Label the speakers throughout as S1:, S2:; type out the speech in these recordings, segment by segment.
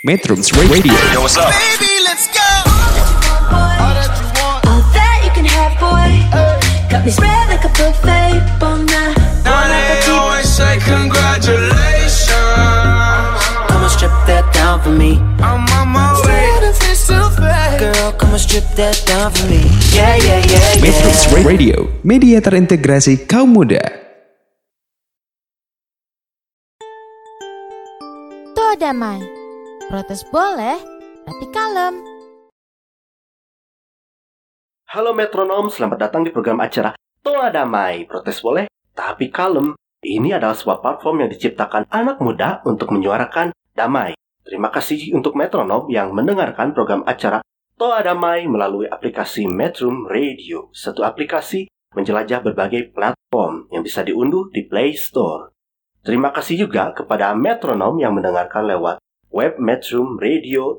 S1: Metrums Radio.
S2: Yo, what's up?
S3: Baby, let's go.
S4: All that you can have, boy. Got me spread like a buffet, bon night.
S3: Now they always say congratulations.
S5: Come and strip that down for me.
S3: I'm on my way.
S5: Girl, come and strip that down for me. Yeah, yeah, yeah, yeah.
S1: Metrums Radio, media terintegrasi kaum muda.
S6: Toa damai. Protes boleh, tapi kalem.
S7: Halo metronom, selamat datang di program acara Toa Damai. Protes boleh, tapi kalem. Ini adalah sebuah platform yang diciptakan anak muda untuk menyuarakan damai. Terima kasih untuk metronom yang mendengarkan program acara Toa Damai melalui aplikasi Metrum Radio. Satu aplikasi menjelajah berbagai platform yang bisa diunduh di Play Store. Terima kasih juga kepada metronom yang mendengarkan lewat web Metrum Radio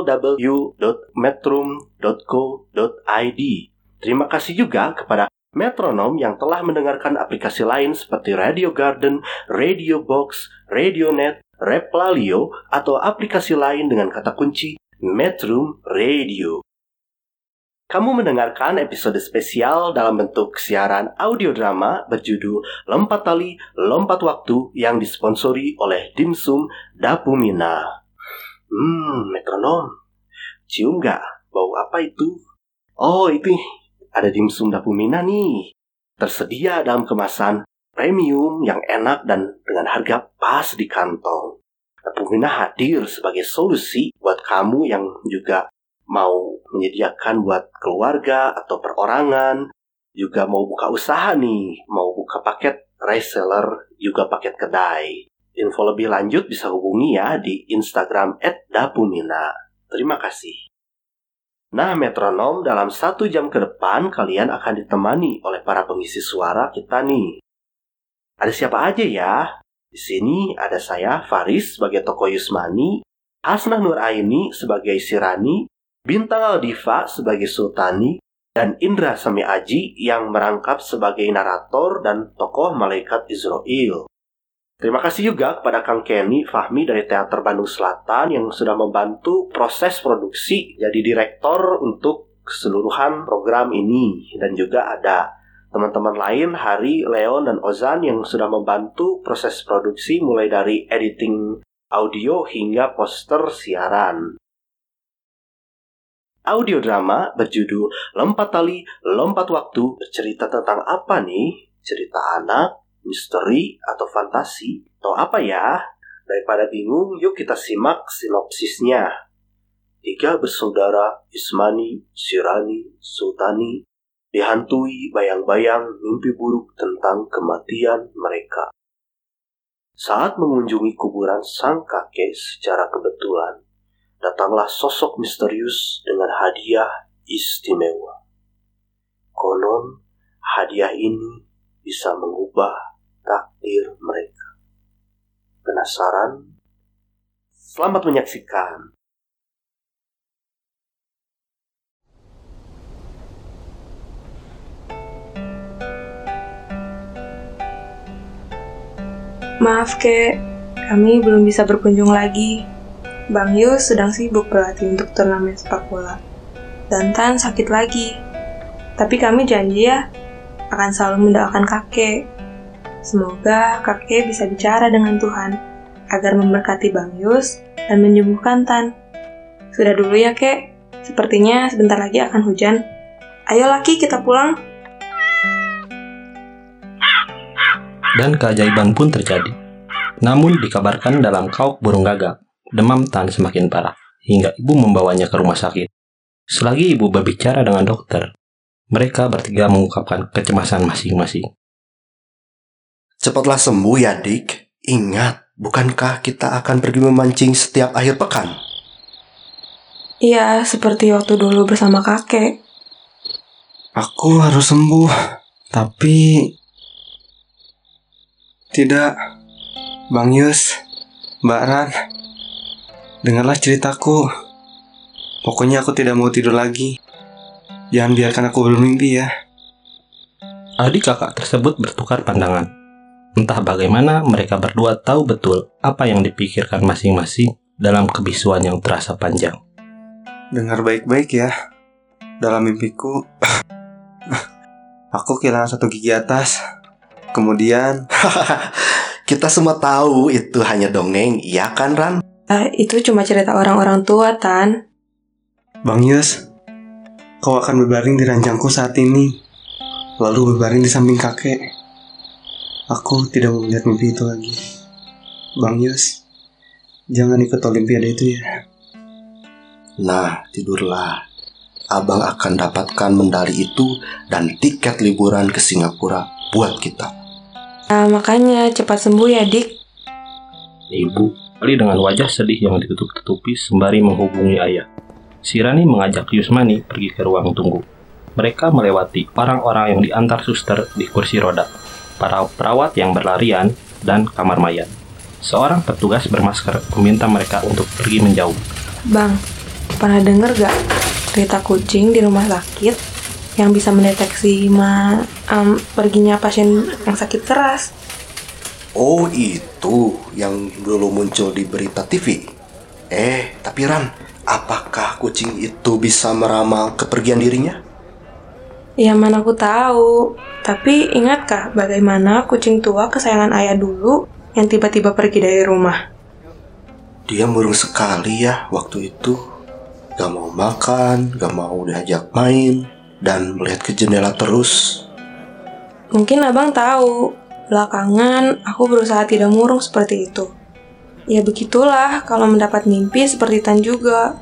S7: www.metrum.co.id. Terima kasih juga kepada metronom yang telah mendengarkan aplikasi lain seperti Radio Garden, Radio Box, RadioNet, Replalio, atau aplikasi lain dengan kata kunci Metrum Radio. Kamu mendengarkan episode spesial dalam bentuk siaran audio drama berjudul Lompat Tali, Lompat Waktu yang disponsori oleh Dimsum Dapumina. Metronom, cium gak? Bau apa itu? Oh, itu ada dimsum Dapumina nih. Tersedia dalam kemasan premium yang enak dan dengan harga pas di kantong. Dapumina hadir sebagai solusi buat kamu yang juga mau menyediakan buat keluarga atau perorangan, juga mau buka usaha nih, mau buka paket reseller, juga paket kedai. Info lebih lanjut bisa hubungi ya di Instagram @dapumina. Terima kasih. Nah, metronom, dalam 1 jam ke depan kalian akan ditemani oleh para pengisi suara kita nih. Ada siapa aja ya? Di sini ada saya, Faris, sebagai Toko Yusmani, Hasnah Nuraini sebagai Sirani, Bintang Aldiva sebagai Sultani, dan Indra Sami Aji yang merangkap sebagai narator dan tokoh Malaikat Israel. Terima kasih juga kepada Kang Kenny Fahmi dari Teater Bandung Selatan yang sudah membantu proses produksi jadi direktor untuk keseluruhan program ini. Dan juga ada teman-teman lain, Hari, Leon, dan Ozan yang sudah membantu proses produksi mulai dari editing audio hingga poster siaran. Audio drama berjudul Lompat Tali, Lompat Waktu bercerita tentang apa nih? Cerita anak, misteri, atau fantasi, atau apa ya? Daripada bingung, yuk kita simak sinopsisnya. 3 bersaudara, Ismani, Sirani, Sultani, dihantui bayang-bayang mimpi buruk tentang kematian mereka. Saat mengunjungi kuburan sang kakek secara kebetulan, datanglah sosok misterius dengan hadiah istimewa. Konon, hadiah ini bisa mengubah takdir mereka. Penasaran? Selamat menyaksikan.
S8: Maaf Kek, kami belum bisa berkunjung lagi. Bang Yus sedang sibuk berlatih untuk turnamen sepak bola. Dan Tan sakit lagi. Tapi kami janji ya, akan selalu mendoakan kakek. Semoga kakek bisa bicara dengan Tuhan, agar memberkati Bang Yus dan menyembuhkan Tan. Sudah dulu ya Kek, sepertinya sebentar lagi akan hujan. Ayo Laki, kita pulang.
S9: Dan keajaiban pun terjadi. Namun dikabarkan dalam kauk burung gagak, demam Tan semakin parah, hingga ibu membawanya ke rumah sakit. Selagi ibu berbicara dengan dokter, mereka bertiga mengungkapkan kecemasan masing-masing.
S7: Cepatlah sembuh ya, Dik. Ingat, bukankah kita akan pergi memancing setiap akhir pekan?
S8: Iya, seperti waktu dulu bersama kakek.
S10: Aku harus sembuh, tapi... Tidak, Bang Yus, Mbak Ran, dengarlah ceritaku. Pokoknya aku tidak mau tidur lagi. Jangan biarkan aku bermimpi ya.
S9: Adik kakak tersebut bertukar pandangan. Entah bagaimana mereka berdua tahu betul apa yang dipikirkan masing-masing dalam kebisuan yang terasa panjang.
S10: Dengar baik-baik ya. Dalam mimpiku, aku kehilangan satu gigi atas. Kemudian,
S7: Kita semua tahu itu hanya dongeng, iya kan Ran?
S8: Itu cuma cerita orang-orang tua, Tan.
S10: Bang Yus, kau akan berbaring di ranjangku saat ini, lalu berbaring di samping kakek. Aku tidak mau melihat mimpi itu lagi. Bang Yus, jangan ikut olimpiade itu ya.
S7: Nah, tidurlah. Abang akan dapatkan medali itu dan tiket liburan ke Singapura buat kita.
S8: Nah, makanya cepat sembuh ya, Dik.
S9: Ibu, kali dengan wajah sedih yang ditutup-tutupi sembari menghubungi ayah. Si Rani mengajak Yusmani pergi ke ruang tunggu. Mereka melewati orang-orang yang diantar suster di kursi roda, para perawat yang berlarian, dan kamar mayat. Seorang petugas bermasker meminta mereka untuk pergi menjauh.
S8: Bang, pernah denger gak cerita kucing di rumah sakit yang bisa mendeteksi perginya pasien yang sakit keras?
S7: Oh, itu yang dulu muncul di berita TV. Tapi Ran, apakah kucing itu bisa meramal kepergian dirinya?
S8: Ya mana aku tahu. Tapi ingatkah bagaimana kucing tua kesayangan ayah dulu yang tiba-tiba pergi dari rumah?
S7: Dia murung sekali ya waktu itu. Gak mau makan, gak mau diajak main, dan melihat ke jendela terus.
S8: Mungkin abang tahu, belakangan aku berusaha tidak murung seperti itu. Ya begitulah kalau mendapat mimpi seperti Tan juga.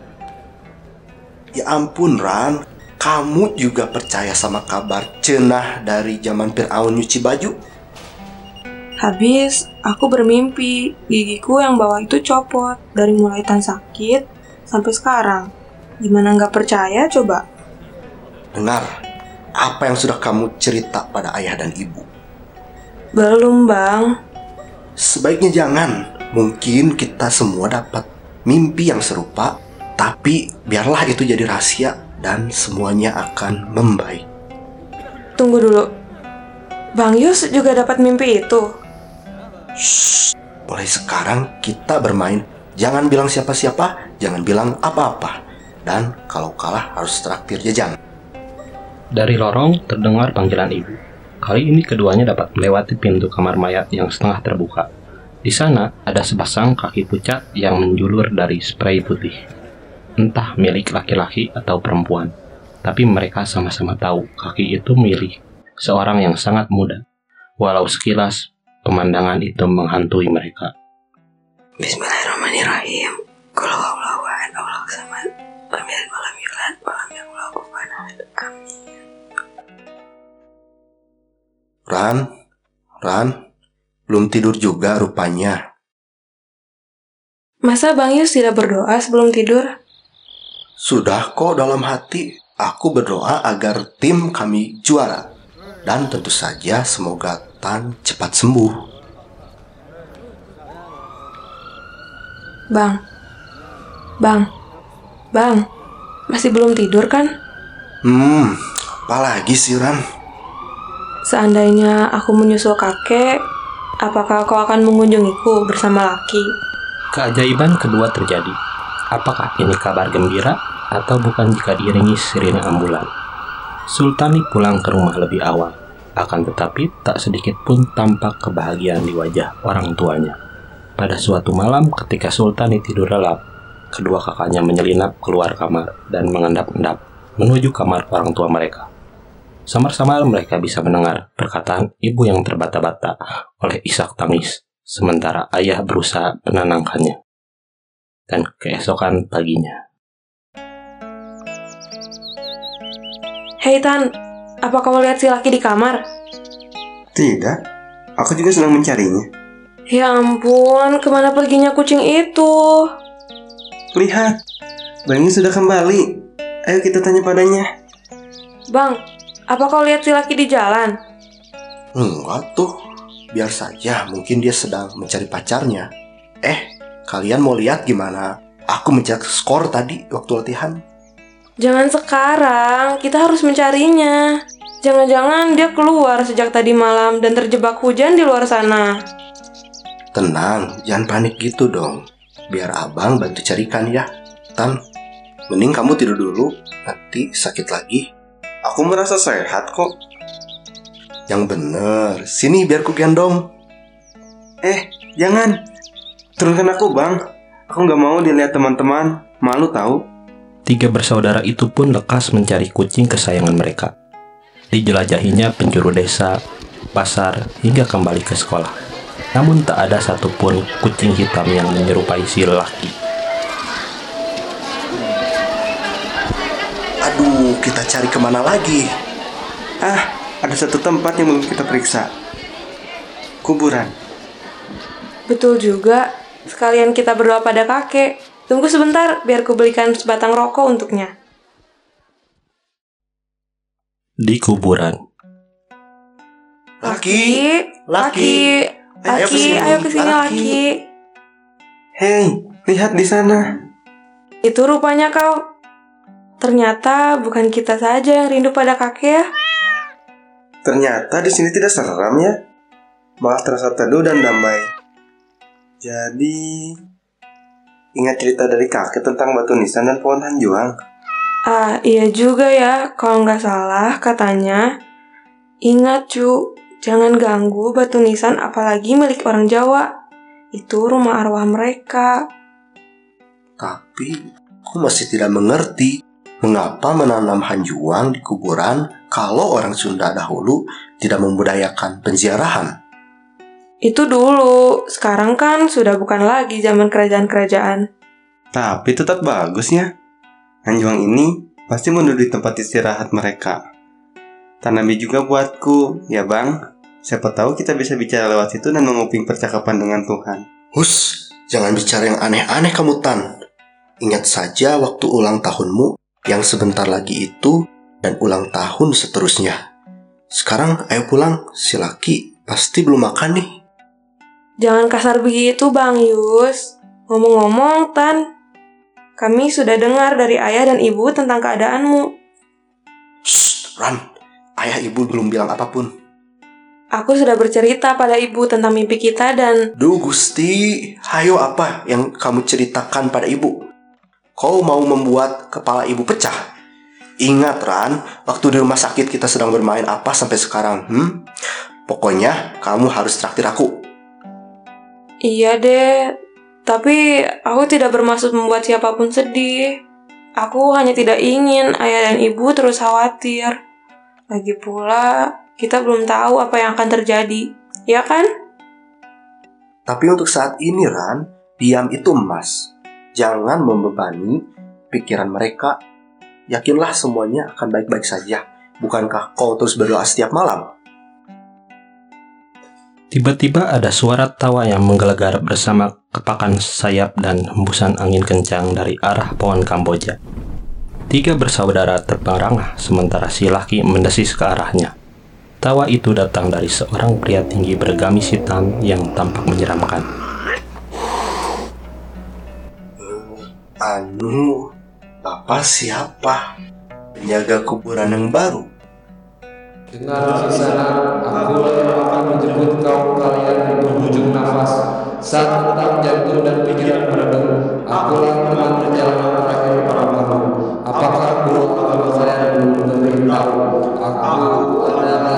S7: Ya ampun Ran, kamu juga percaya sama kabar cenah dari zaman Fir'aun nyuci baju?
S8: Habis aku bermimpi gigiku yang bawah itu copot dari mulai Tan sakit sampai sekarang. Gimana nggak percaya coba?
S7: Dengar, apa yang sudah kamu cerita pada ayah dan ibu?
S8: Belum bang.
S7: Sebaiknya jangan. Mungkin kita semua dapat mimpi yang serupa, tapi biarlah itu jadi rahasia dan semuanya akan membaik.
S8: Tunggu dulu, Bang Yus juga dapat mimpi itu?
S7: Shh, mulai sekarang kita bermain. Jangan bilang siapa-siapa, jangan bilang apa-apa. Dan kalau kalah harus traktir jajan.
S9: Dari lorong terdengar panggilan ibu. Kali ini keduanya dapat melewati pintu kamar mayat yang setengah terbuka. Di sana ada sepasang kaki pucat yang menjulur dari spray putih. Entah milik laki-laki atau perempuan. Tapi mereka sama-sama tahu kaki itu milik seorang yang sangat muda. Walau sekilas pemandangan itu menghantui mereka.
S8: Bismillahirrahmanirrahim. Qul huwallahu ahad, Allahu samad, lam yalid walam yulad walam yakul lahu kufuwan ahad. Amin.
S7: Ran, belum tidur juga rupanya.
S8: Masa Bang Yus tidak berdoa sebelum tidur?
S7: Sudah kok dalam hati. Aku berdoa agar tim kami juara. Dan tentu saja semoga Tan cepat sembuh.
S8: Bang, masih belum tidur kan?
S7: Apalagi sih Ran?
S8: Seandainya aku menyusul kakek, apakah kau akan mengunjungiku bersama laki?
S9: Keajaiban kedua terjadi. Apakah ini kabar gembira atau bukan jika diiringi sirine ambulan? Sultani pulang ke rumah lebih awal. Akan tetapi tak sedikit pun tampak kebahagiaan di wajah orang tuanya. Pada suatu malam ketika Sultani tidur lelap, kedua kakaknya menyelinap keluar kamar dan mengendap-endap menuju kamar orang tua mereka. Samar-samar mereka bisa mendengar perkataan ibu yang terbata-bata oleh isak tangis, sementara ayah berusaha menenangkannya. Dan keesokan paginya.
S8: Hei Tan, apa kamu lihat si laki di kamar?
S10: Tidak, aku juga sedang mencarinya.
S8: Ya ampun, kemana perginya kucing itu?
S10: Lihat, Bang Yus sudah kembali. Ayo kita tanya padanya.
S8: Bang, apa kau lihat si laki di jalan?
S7: Enggak tuh, biar saja, mungkin dia sedang mencari pacarnya. Kalian mau lihat gimana aku mencet skor tadi waktu latihan?
S8: Jangan sekarang, kita harus mencarinya. Jangan-jangan dia keluar sejak tadi malam dan terjebak hujan di luar sana.
S7: Tenang, jangan panik gitu dong. Biar abang bantu carikan ya. Tan, mending kamu tidur dulu, nanti sakit lagi.
S10: Aku merasa sehat kok.
S7: Yang bener, sini biar ku gendong.
S10: Jangan. Turunkan aku, Bang. Aku gak mau dilihat teman-teman. Malu tahu.
S9: 3 bersaudara itu pun lekas mencari kucing kesayangan mereka. Dijelajahinya penjuru desa, pasar, hingga kembali ke sekolah. Namun tak ada satupun kucing hitam yang menyerupai si lelaki.
S7: Aduh, kita cari kemana lagi?
S10: Ada satu tempat yang belum kita periksa. Kuburan.
S8: Betul juga. Sekalian kita berdoa pada kakek. Tunggu sebentar, biar ku belikan sebatang rokok untuknya.
S9: Di kuburan.
S7: Laki.
S8: Ayo kesini Laki.
S10: Hei, lihat di sana.
S8: Itu rupanya kau. Ternyata bukan kita saja yang rindu pada kakek ya.
S10: Ternyata di sini tidak seram ya. Malah terasa teduh dan damai. Jadi, ingat cerita dari kakek tentang batu nisan dan pohon hanjuang?
S8: Iya juga ya. Kalau nggak salah katanya, ingat cu, jangan ganggu batu nisan apalagi milik orang Jawa. Itu rumah arwah mereka.
S7: Tapi, aku masih tidak mengerti mengapa menanam hanjuang di kuburan kalau orang Sunda dahulu tidak membudayakan penziarahan.
S8: Itu dulu, sekarang kan sudah bukan lagi zaman kerajaan-kerajaan.
S10: Tapi tetap bagusnya. Hanjuang ini pasti menjadi tempat istirahat mereka. Tanami juga buatku, ya Bang. Siapa tahu kita bisa bicara lewat situ dan menguping percakapan dengan Tuhan.
S7: Hus, jangan bicara yang aneh-aneh kamu, Tan. Ingat saja waktu ulang tahunmu yang sebentar lagi itu dan ulang tahun seterusnya. Sekarang ayo pulang, si Laki pasti belum makan nih.
S8: Jangan kasar begitu Bang Yus. Ngomong-ngomong Tan, kami sudah dengar dari ayah dan ibu tentang keadaanmu.
S7: Shh, Ran, ayah ibu belum bilang apapun.
S8: Aku sudah bercerita pada ibu tentang mimpi kita dan...
S7: Duh Gusti, hayo apa yang kamu ceritakan pada ibu? Kau mau membuat kepala ibu pecah? Ingat Ran, waktu di rumah sakit kita sedang bermain apa sampai sekarang? Pokoknya kamu harus traktir aku.
S8: Iya deh, tapi aku tidak bermaksud membuat siapapun sedih. Aku hanya tidak ingin ayah dan ibu terus khawatir. Lagi pula, kita belum tahu apa yang akan terjadi, ya kan?
S7: Tapi untuk saat ini Ran, diam itu emas. Jangan membebani pikiran mereka. Yakinlah semuanya akan baik-baik saja. Bukankah kau terus berdoa setiap malam?
S9: Tiba-tiba ada suara tawa yang menggelegar bersama kepakan sayap dan hembusan angin kencang dari arah pohon Kamboja. 3 bersaudara terperangah sementara si laki mendesis ke arahnya. Tawa itu datang dari seorang pria tinggi bergamis hitam yang tampak menyeramkan.
S7: Bapak siapa? Penjaga kuburan yang baru?
S2: Dengar di sana, aku yang akan menjemput kau kalian di penghujung nafas. Saat otak jantung dan pikiran meredup, akulah teman perjalanan terakhir para makhluk. Apakah guru agama kalian belum memberitahu? Aku adalah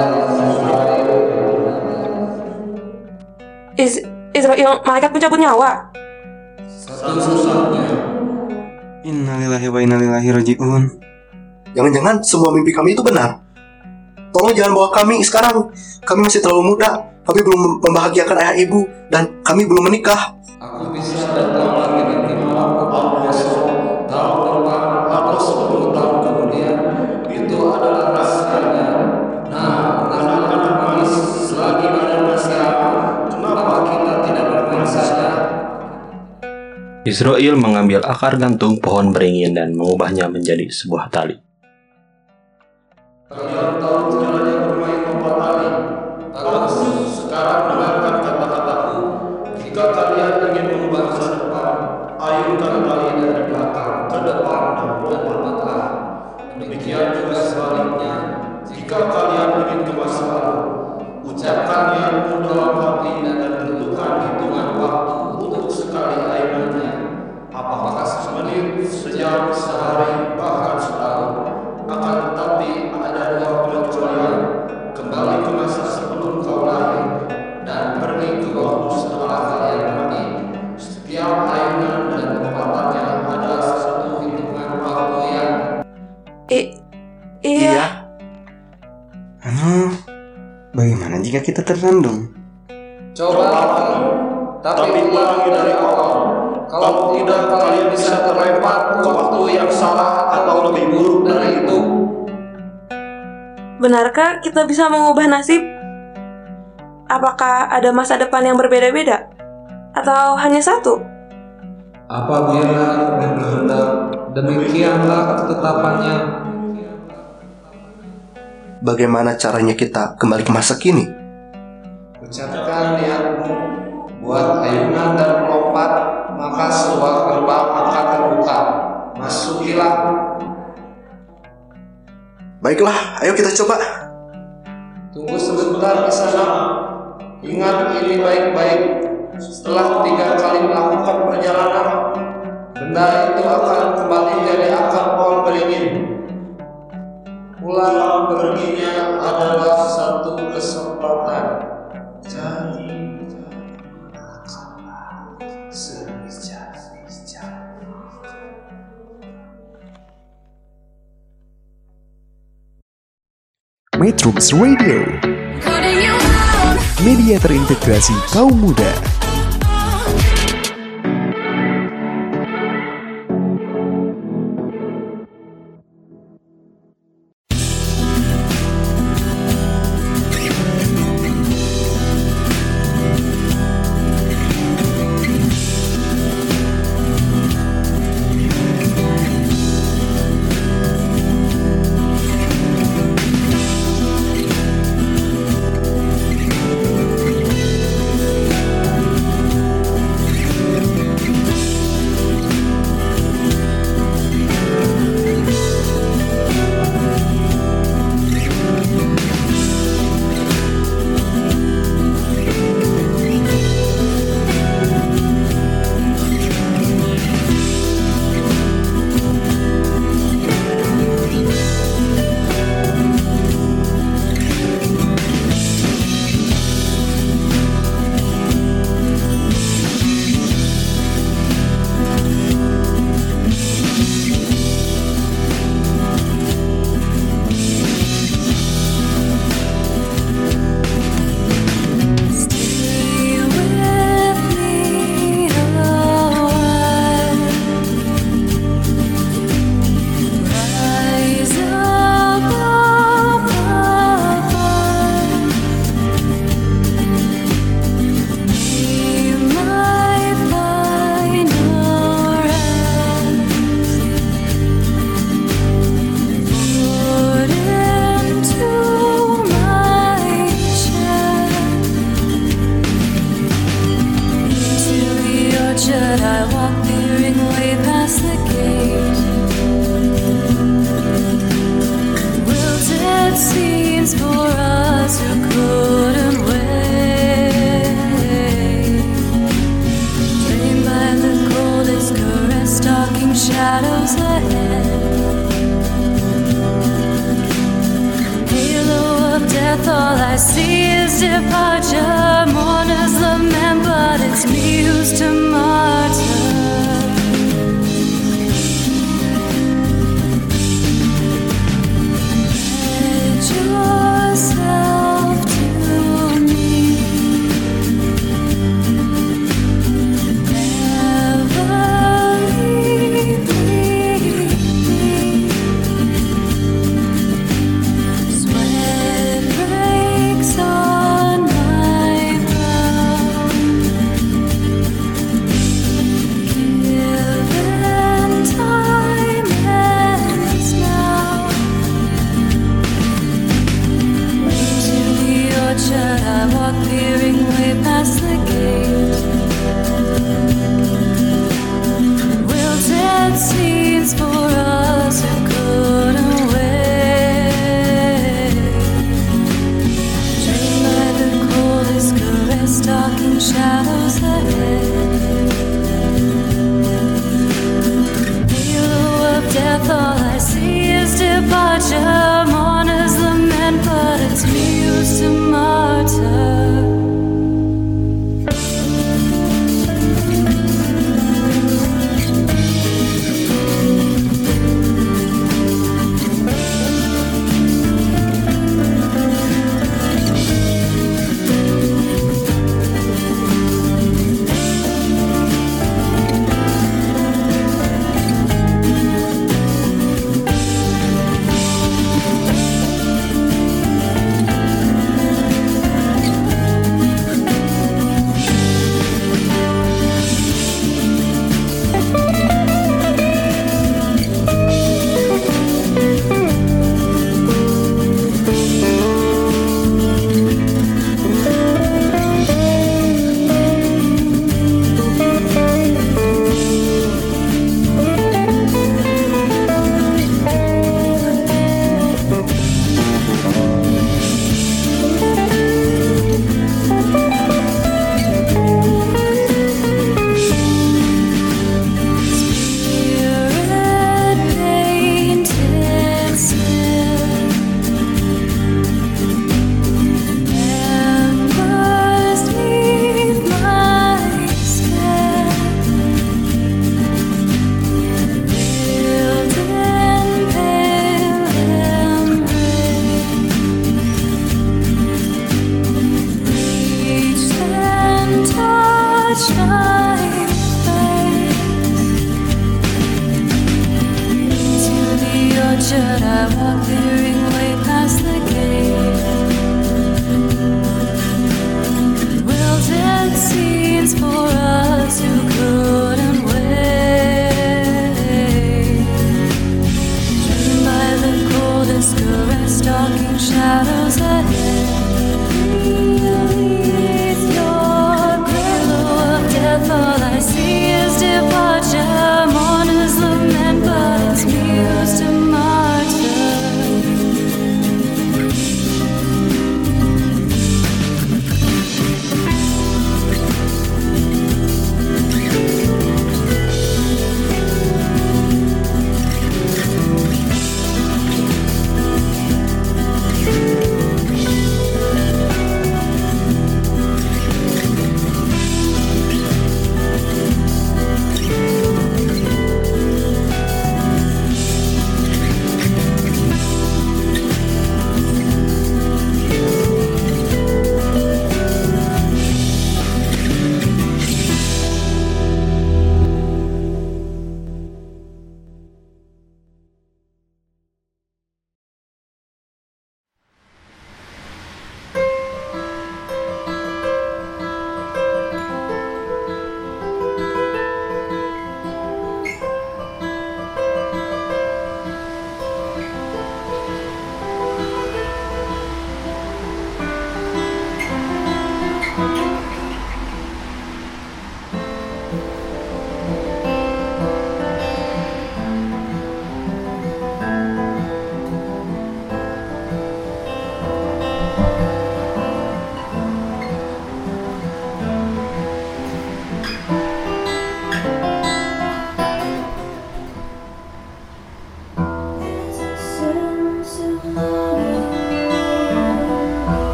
S8: Israel, malaikat pencabut nyawa.
S2: satu-satunya.
S10: Innalillahi wa innalillahi raji'un.
S7: Jangan-jangan semua mimpi kami itu benar. Tolong jangan bawa kami sekarang. Kami masih terlalu muda. Kami belum membahagiakan ayah ibu. Dan kami belum menikah.
S2: Aku bisa datang lagi nanti malam atau besok, tahun depan atau 10 tahun kemudian. Itu adalah rahasianya. Nah, anak-anak manis selagi badan masih hangat, kenapa kita tidak bermain saja?
S9: Israel mengambil akar gantung pohon beringin dan mengubahnya menjadi sebuah tali.
S2: Kalian tahu caranya bermain lompat tali. Kalau sekarang dengarkan kata-kataku. Jika kalian ingin mengubah masa depan, ayunkan tali dari belakang ke depan dan lompatlah. Demikian juga sebaliknya. Jika kalian ingin ke masa lalu, ucapkan niatmu dalam hati dan tentukan hitungan waktu untuk sekali ayunannya.
S10: jika kita tertandung?
S2: Coba lagi, tapi ulangi dari awal. Kalau tidak, kalian bisa terlempar ke waktu yang salah atau lebih buruk dari itu.
S8: Benarkah kita bisa mengubah nasib? Apakah ada masa depan yang berbeda-beda? Atau hanya satu?
S11: Apabila Tuhan berkehendak, demikianlah ketetapannya.
S7: Bagaimana caranya kita kembali ke masa kini?
S2: Ucapkan niatmu, buat ayunan dan melompat, maka sebuah gerbang akan terbuka. Masukilah.
S7: Baiklah, ayo kita coba.
S2: Tunggu sebentar di sana. Ingat ini baik-baik. Setelah 3 kali melakukan perjalanan, benda itu akan kembali jadi akar pohon beringin. Pulang perginya adalah satu kesempatan. Jadi
S1: Metrums Radio, media terintegrasi kaum muda.
S4: Sweat breaks on my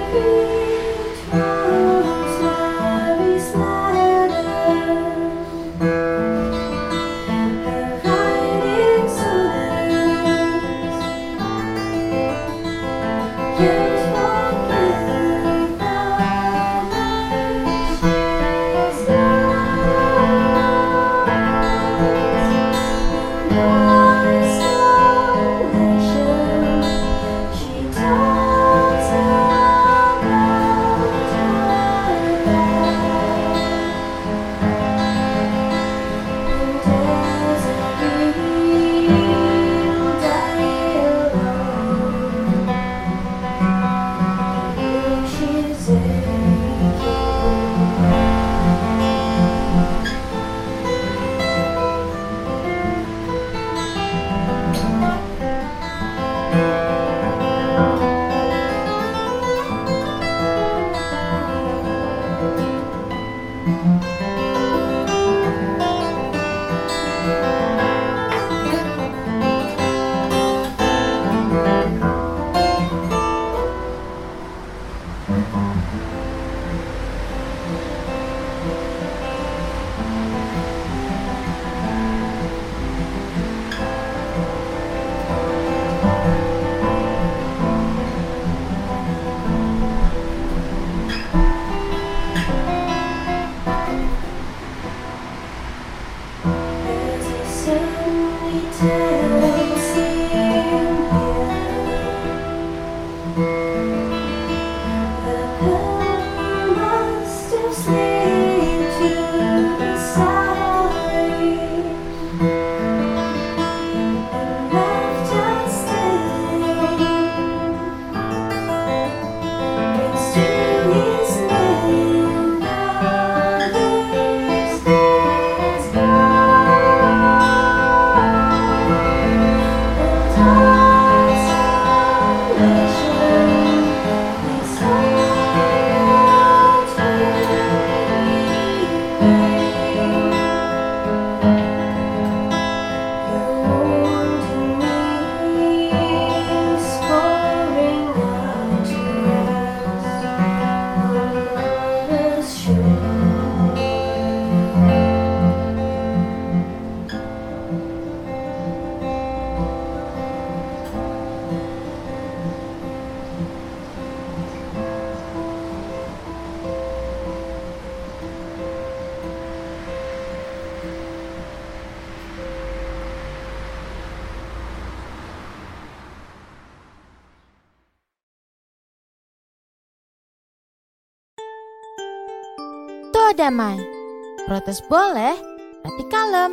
S6: Doa damai. Protes boleh, tapi kalem.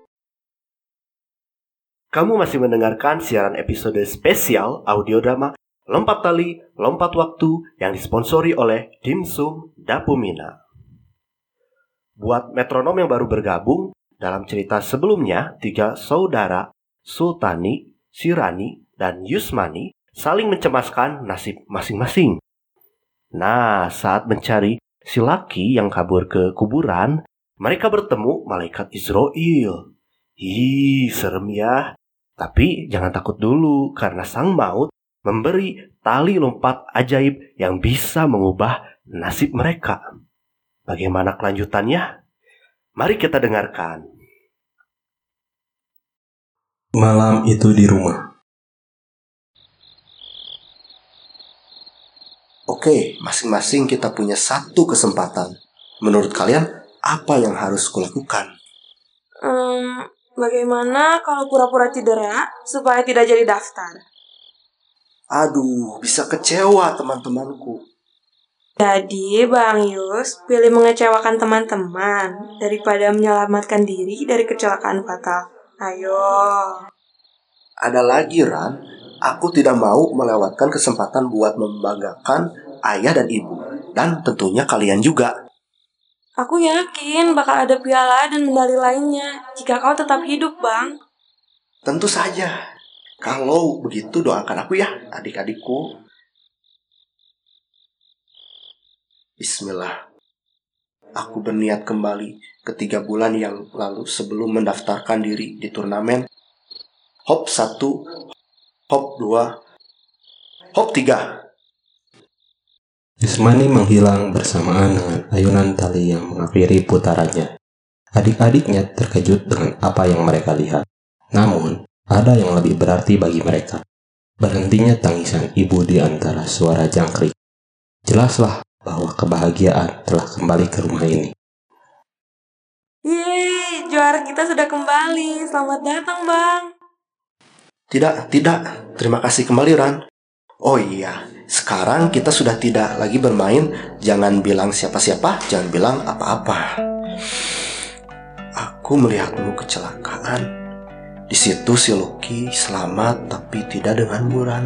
S7: Kamu masih mendengarkan siaran episode spesial audio drama Lompat Tali, Lompat Waktu yang disponsori oleh Dimsum Dapumina. Buat metronom yang baru bergabung, dalam cerita sebelumnya, 3 saudara, Sultani, Sirani, dan Yusmani saling mencemaskan nasib masing-masing. Nah, saat mencari si laki yang kabur ke kuburan, mereka bertemu malaikat Israel. Ih, serem ya. Tapi jangan takut dulu, karena sang maut memberi tali lompat ajaib yang bisa mengubah nasib mereka. Bagaimana kelanjutannya? Mari kita dengarkan.
S9: Malam itu di rumah.
S7: Oke, masing-masing kita punya satu kesempatan. Menurut kalian, apa yang harus kulakukan?
S8: Bagaimana kalau pura-pura cedera supaya tidak jadi daftar?
S7: Aduh, bisa kecewa teman-temanku.
S8: Jadi, Bang Yus, pilih mengecewakan teman-teman daripada menyelamatkan diri dari kecelakaan fatal. Ayo.
S7: Ada lagi, Ran. Aku tidak mau melewatkan kesempatan buat membanggakan ayah dan ibu. Dan tentunya kalian juga.
S8: Aku yakin bakal ada piala dan medali lainnya jika kau tetap hidup, Bang.
S7: Tentu saja. Kalau begitu doakan aku ya, adik-adikku. Bismillah. Aku berniat kembali ke 3 bulan yang lalu sebelum mendaftarkan diri di turnamen Hop 1, Hop 2, Hop 3.
S9: Yusmani menghilang bersamaan dengan ayunan tali yang mengakhiri putarannya. Adik-adiknya terkejut dengan apa yang mereka lihat. Namun, ada yang lebih berarti bagi mereka. Berhentinya tangisan ibu di antara suara jangkrik. Jelaslah bahwa kebahagiaan telah kembali ke rumah ini.
S8: Yeay, juara kita sudah kembali. Selamat datang, Bang.
S7: Tidak. Terima kasih kembali, Ran. Oh iya, sekarang kita sudah tidak lagi bermain. Jangan bilang siapa-siapa, jangan bilang apa-apa. Aku melihatmu kecelakaan. Di situ si Lucky selamat tapi tidak denganmu, Ran.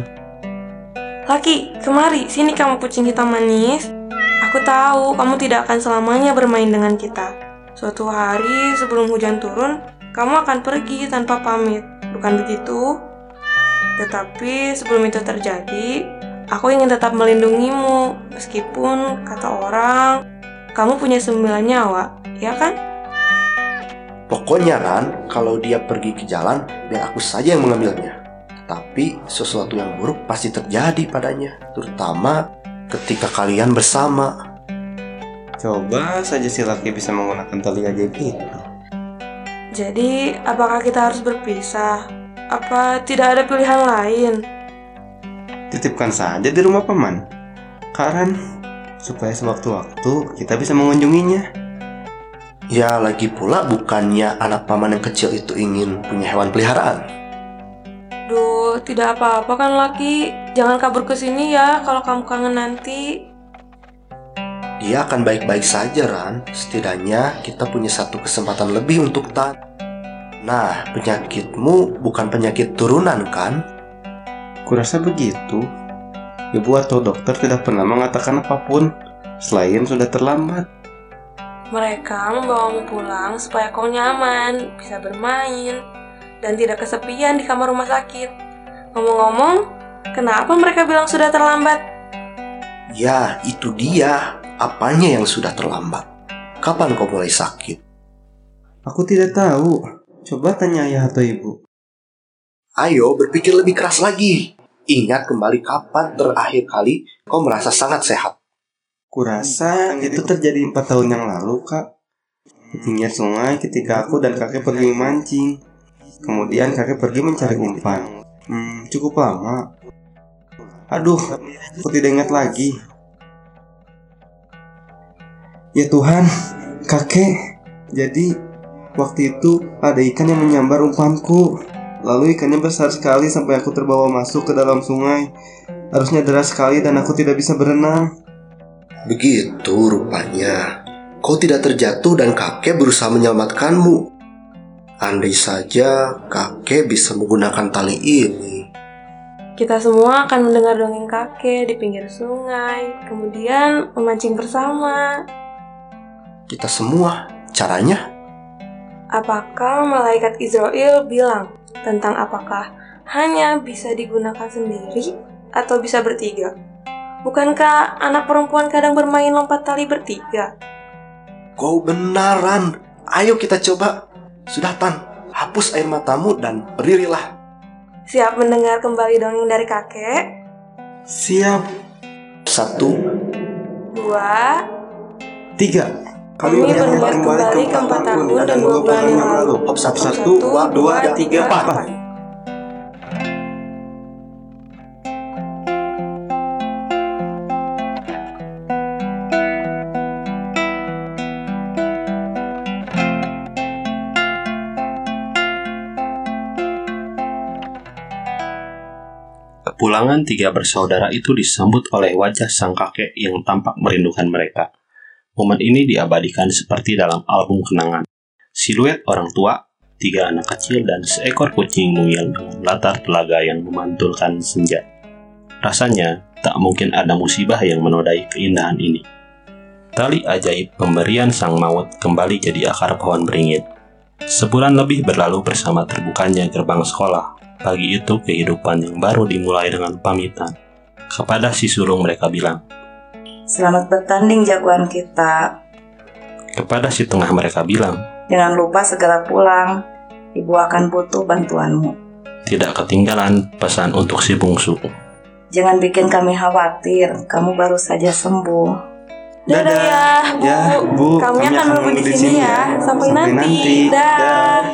S8: Lucky, kemari, sini kamu kucing hitam manis. Aku tahu kamu tidak akan selamanya bermain dengan kita. Suatu hari sebelum hujan turun, kamu akan pergi tanpa pamit, bukan begitu? Tetapi sebelum itu terjadi, aku ingin tetap melindungimu. Meskipun kata orang, kamu punya 9 nyawa, ya kan?
S7: Pokoknya, Ran, kalau dia pergi ke jalan, biar aku saja yang mengambilnya. Tapi sesuatu yang buruk pasti terjadi padanya, terutama ketika kalian bersama.
S10: Coba saja si Lucky bisa menggunakan tali ajaib itu.
S8: Jadi, apakah kita harus berpisah? Apa tidak ada pilihan lain?
S10: Titipkan saja di rumah paman, Karen, supaya sewaktu-waktu kita bisa mengunjunginya.
S7: Ya, lagi pula bukannya anak paman yang kecil itu ingin punya hewan peliharaan?
S8: Duh, tidak apa-apa kan, Lucky? Jangan kabur ke sini ya kalau kamu kangen nanti.
S7: Dia akan baik-baik saja, Ran. Setidaknya kita punya satu kesempatan lebih untuk Tan. Nah, penyakitmu bukan penyakit turunan, kan?
S10: Kurasa begitu. Ibu atau dokter tidak pernah mengatakan apapun selain sudah terlambat.
S8: Mereka membawamu pulang supaya kau nyaman, bisa bermain, dan tidak kesepian di kamar rumah sakit. Ngomong-ngomong, kenapa mereka bilang sudah terlambat?
S7: Ya, itu dia. Apanya yang sudah terlambat? Kapan kau mulai sakit?
S10: Aku tidak tahu. Coba tanya ayah atau ibu.
S7: Ayo, berpikir lebih keras lagi. Ingat kembali kapan terakhir kali kau merasa sangat sehat.
S10: Kurasa itu terjadi 4 tahun yang lalu, Kak. Di pinggir sungai ketika aku dan kakek pergi memancing. Kemudian kakek pergi mencari umpan. Cukup lama. Aduh, aku tidak ingat lagi. Ya Tuhan, kakek. Jadi, waktu itu ada ikan yang menyambar umpanku. Lalu ikannya besar sekali sampai aku terbawa masuk ke dalam sungai. Arusnya deras sekali dan aku tidak bisa berenang.
S7: Begitu rupanya. Kau tidak terjatuh dan kakek berusaha menyelamatkanmu. Andai saja kakek bisa menggunakan tali ini.
S8: Kita semua akan mendengar dongeng kakek di pinggir sungai, kemudian memancing bersama.
S7: Kita semua, caranya?
S8: Apakah malaikat Israel bilang tentang apakah hanya bisa digunakan sendiri atau bisa bertiga? Bukankah anak perempuan kadang bermain lompat tali bertiga?
S7: Kau benaran. Ayo kita coba. Sudah, Tan. Hapus air matamu dan berdirilah.
S8: Siap mendengar kembali dongeng dari kakek?
S10: Siap.
S7: 1,
S8: 2,
S10: 3.
S8: Kami berniat kembali ke 4 tahun dan 2 bulan yang lalu.
S7: 1, 2, 3, 4.
S9: Kepulangan 3 bersaudara itu disambut oleh wajah sang kakek yang tampak merindukan mereka. Momen ini diabadikan seperti dalam album kenangan. Siluet orang tua, 3 anak kecil, dan seekor kucing mungil dengan latar telaga yang memantulkan senja. Rasanya, tak mungkin ada musibah yang menodai keindahan ini. Tali ajaib pemberian sang maut kembali jadi akar pohon beringin. Sebulan lebih berlalu bersama terbukanya gerbang sekolah. Pagi itu kehidupan yang baru dimulai dengan pamitan. Kepada si sulung mereka bilang,
S12: "Selamat bertanding jagoan kita."
S9: Kepada si tengah mereka bilang,
S12: "Jangan lupa segera pulang. Ibu akan butuh bantuanmu."
S9: Tidak ketinggalan pesan untuk si bungsu.
S12: Jangan bikin kami khawatir, kamu baru saja sembuh.
S8: Dadah ya, Bu. Kami akan menunggu di sini ya. Sampai nanti. Dah.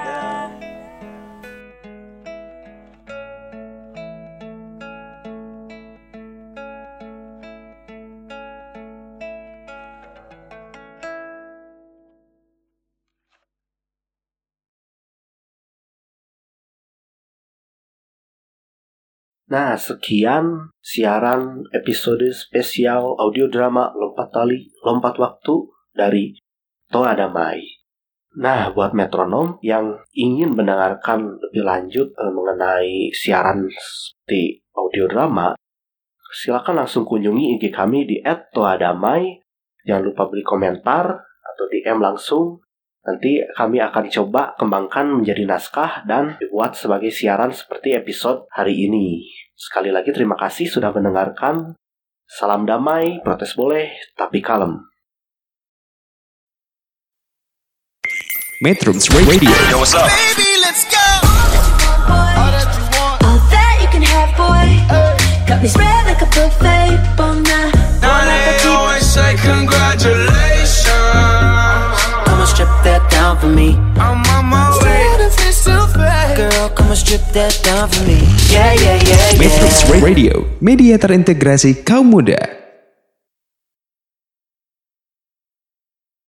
S7: Nah, sekian siaran episode spesial audio drama Lompat Tali, Lompat Waktu dari Toa Damai. Nah, buat metronom yang ingin mendengarkan lebih lanjut mengenai siaran di audio drama, silakan langsung kunjungi IG kami di @toadamai. Jangan lupa beri komentar atau DM langsung. Nanti kami akan coba kembangkan menjadi naskah dan dibuat sebagai siaran seperti episode hari ini. Sekali lagi terima kasih sudah mendengarkan. Salam damai, protes boleh, tapi kalem.
S1: Metrums Radio.
S3: Yo, what's up?
S4: Baby, let's go. All that you can have, boy. Got me spread like a buffet, bon night.
S3: Now they always say congratulations.
S5: Come and strip that down for me.
S3: I'm on my way.
S5: Girl, come and strip that down for me. Yeah, yeah, yeah, yeah.
S1: Metrums Radio, media terintegrasi kaum muda.